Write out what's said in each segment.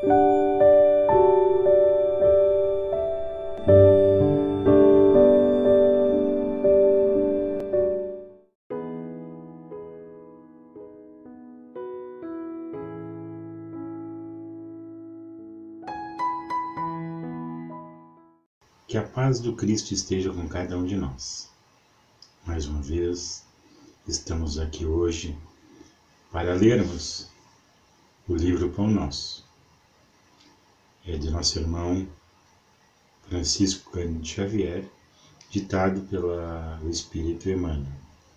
Que a paz do Cristo esteja com cada um de nós. Mais uma vez, estamos aqui hoje para lermos o livro Pão Nosso. É de nosso irmão Francisco Cândido Xavier, ditado pelo Espírito Emmanuel.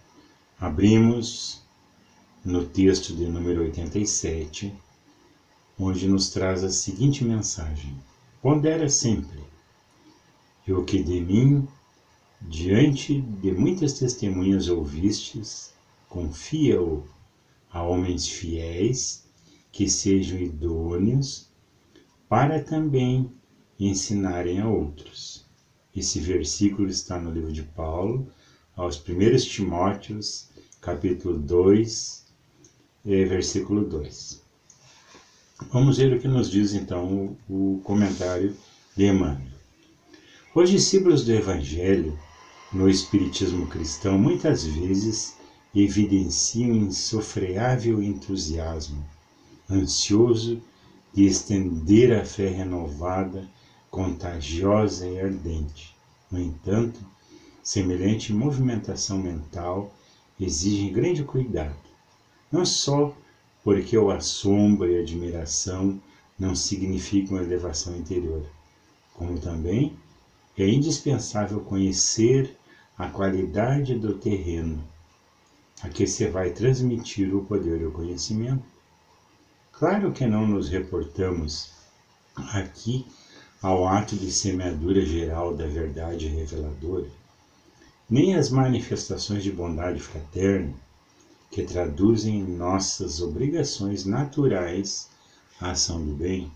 Abrimos no texto de número 87, onde nos traz a seguinte mensagem: pondera sempre, e o que de mim, diante de muitas testemunhas ouvistes, confia-o a homens fiéis, que sejam idôneos, para também ensinarem a outros. Esse versículo está no livro de Paulo, aos 1 Timóteos, capítulo 2, versículo 2. Vamos ver o que nos diz então o comentário de Emmanuel. Os discípulos do Evangelho, no Espiritismo cristão, muitas vezes evidenciam insofreável entusiasmo, ansioso de estender a fé renovada, contagiosa e ardente. No entanto, semelhante movimentação mental exige grande cuidado, não só porque o assombro e a admiração não significam elevação interior, como também é indispensável conhecer a qualidade do terreno a que se vai transmitir o poder do conhecimento. Claro que não nos reportamos aqui ao ato de semeadura geral da verdade reveladora, nem às manifestações de bondade fraterna que traduzem em nossas obrigações naturais a ação do bem.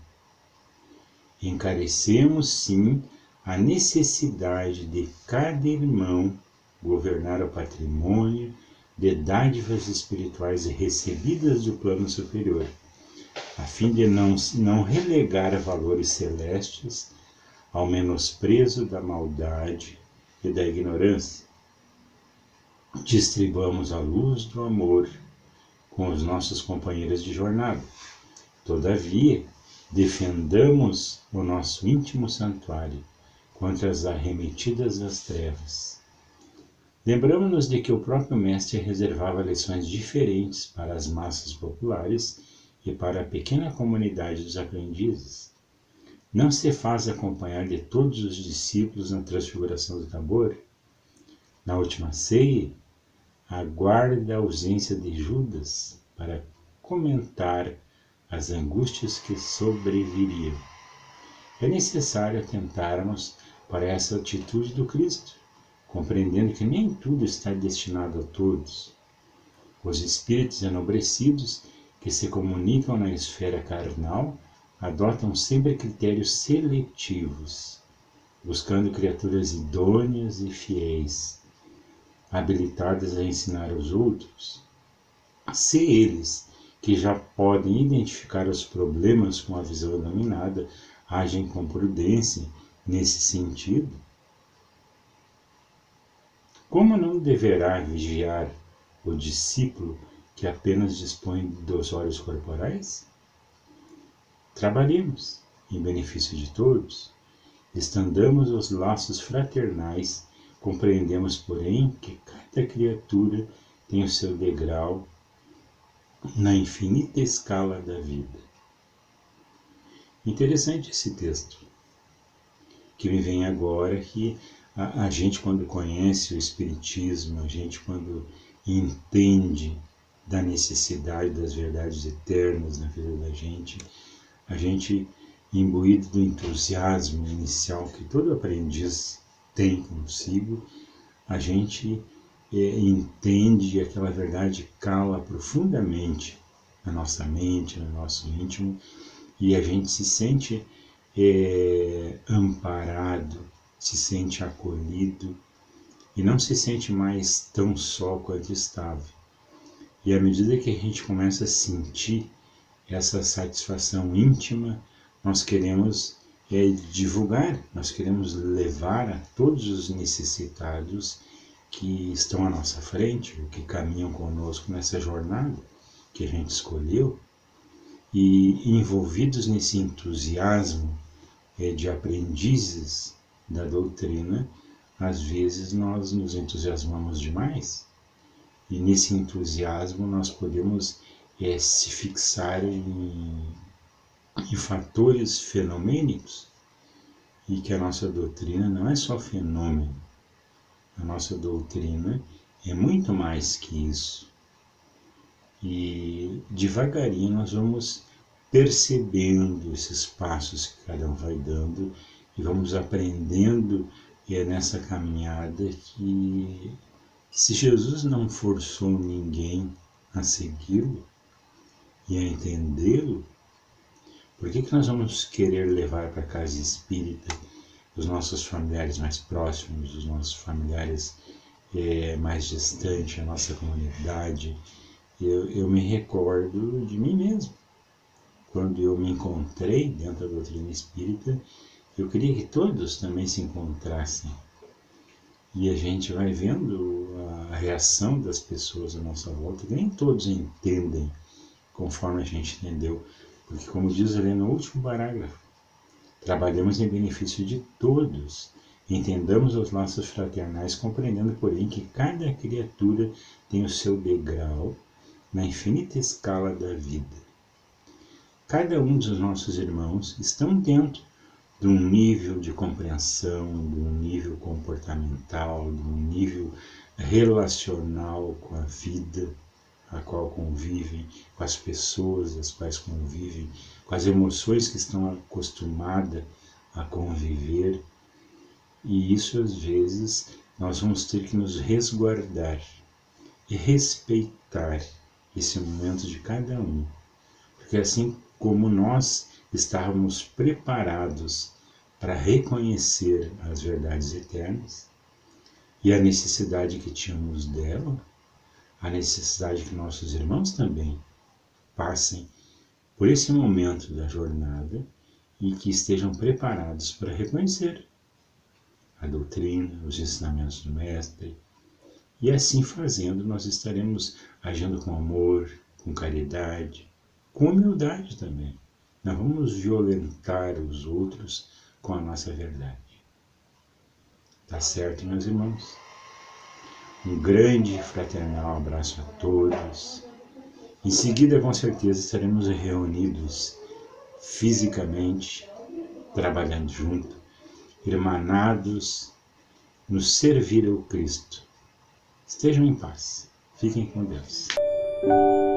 Encarecemos, sim, a necessidade de cada irmão governar o patrimônio de dádivas espirituais recebidas do plano superior, a fim de não relegar valores celestes ao menosprezo da maldade e da ignorância. Distribuamos a luz do amor com os nossos companheiros de jornada. Todavia, defendamos o nosso íntimo santuário contra as arremetidas das trevas. Lembramos-nos de que o próprio Mestre reservava lições diferentes para as massas populares e para a pequena comunidade dos aprendizes. Não se faz acompanhar de todos os discípulos na transfiguração do Tabor? Na última ceia, aguarda a ausência de Judas para comentar as angústias que sobreviriam. É necessário atentarmos para essa atitude do Cristo, compreendendo que nem tudo está destinado a todos. Os espíritos enobrecidos que se comunicam na esfera carnal adotam sempre critérios seletivos, buscando criaturas idôneas e fiéis, habilitadas a ensinar aos outros. Se eles, que já podem identificar os problemas com a visão iluminada, agem com prudência nesse sentido, como não deverá vigiar o discípulo que apenas dispõe dos olhos corporais? Trabalhemos em benefício de todos, estendamos os laços fraternais, compreendemos, porém, que cada criatura tem o seu degrau na infinita escala da vida. Interessante esse texto, que me vem agora, que a gente, quando conhece o Espiritismo, a gente, quando entende da necessidade das verdades eternas na vida da gente, a gente, imbuído do entusiasmo inicial que todo aprendiz tem consigo, a gente entende e aquela verdade cala profundamente na nossa mente, no nosso íntimo, e a gente se sente amparado, se sente acolhido e não se sente mais tão só quanto estava. E à medida que a gente começa a sentir essa satisfação íntima nós queremos divulgar, nós queremos levar a todos os necessitados que estão à nossa frente, ou que caminham conosco nessa jornada que a gente escolheu, e envolvidos nesse entusiasmo de aprendizes da doutrina, às vezes nós nos entusiasmamos demais, e nesse entusiasmo nós podemos se fixar em fatores fenomênicos, e que a nossa doutrina não é só fenômeno, a nossa doutrina é muito mais que isso. E devagarinho nós vamos percebendo esses passos que cada um vai dando e vamos aprendendo nessa caminhada que, se Jesus não forçou ninguém a segui-lo e a entendê-lo, por que nós vamos querer levar para a casa espírita os nossos familiares mais próximos, os nossos familiares mais distantes, a nossa comunidade? Eu me recordo de mim mesmo. Quando eu me encontrei dentro da doutrina espírita, eu queria que todos também se encontrassem. E a gente vai vendo a reação das pessoas à nossa volta, que nem todos entendem conforme a gente entendeu. Porque, como diz ali no último parágrafo, trabalhamos em benefício de todos, entendamos os laços fraternais, compreendendo, porém, que cada criatura tem o seu degrau na infinita escala da vida. Cada um dos nossos irmãos estão dentro de um nível de compreensão, de um nível comportamental, de um nível relacional com a vida a qual convivem, com as pessoas as quais convivem, com as emoções que estão acostumadas a conviver. E isso, às vezes, nós vamos ter que nos resguardar e respeitar esse momento de cada um. Porque assim como nós estávamos preparados para reconhecer as verdades eternas e a necessidade que tínhamos dela, a necessidade que nossos irmãos também passem por esse momento da jornada e que estejam preparados para reconhecer a doutrina, os ensinamentos do Mestre. E assim fazendo, nós estaremos agindo com amor, com caridade, com humildade também. Não vamos violentar os outros com a nossa verdade. Tá certo, meus irmãos? Um grande e fraternal abraço a todos. Em seguida, com certeza, estaremos reunidos fisicamente, trabalhando junto, irmanados, nos servir ao Cristo. Estejam em paz. Fiquem com Deus.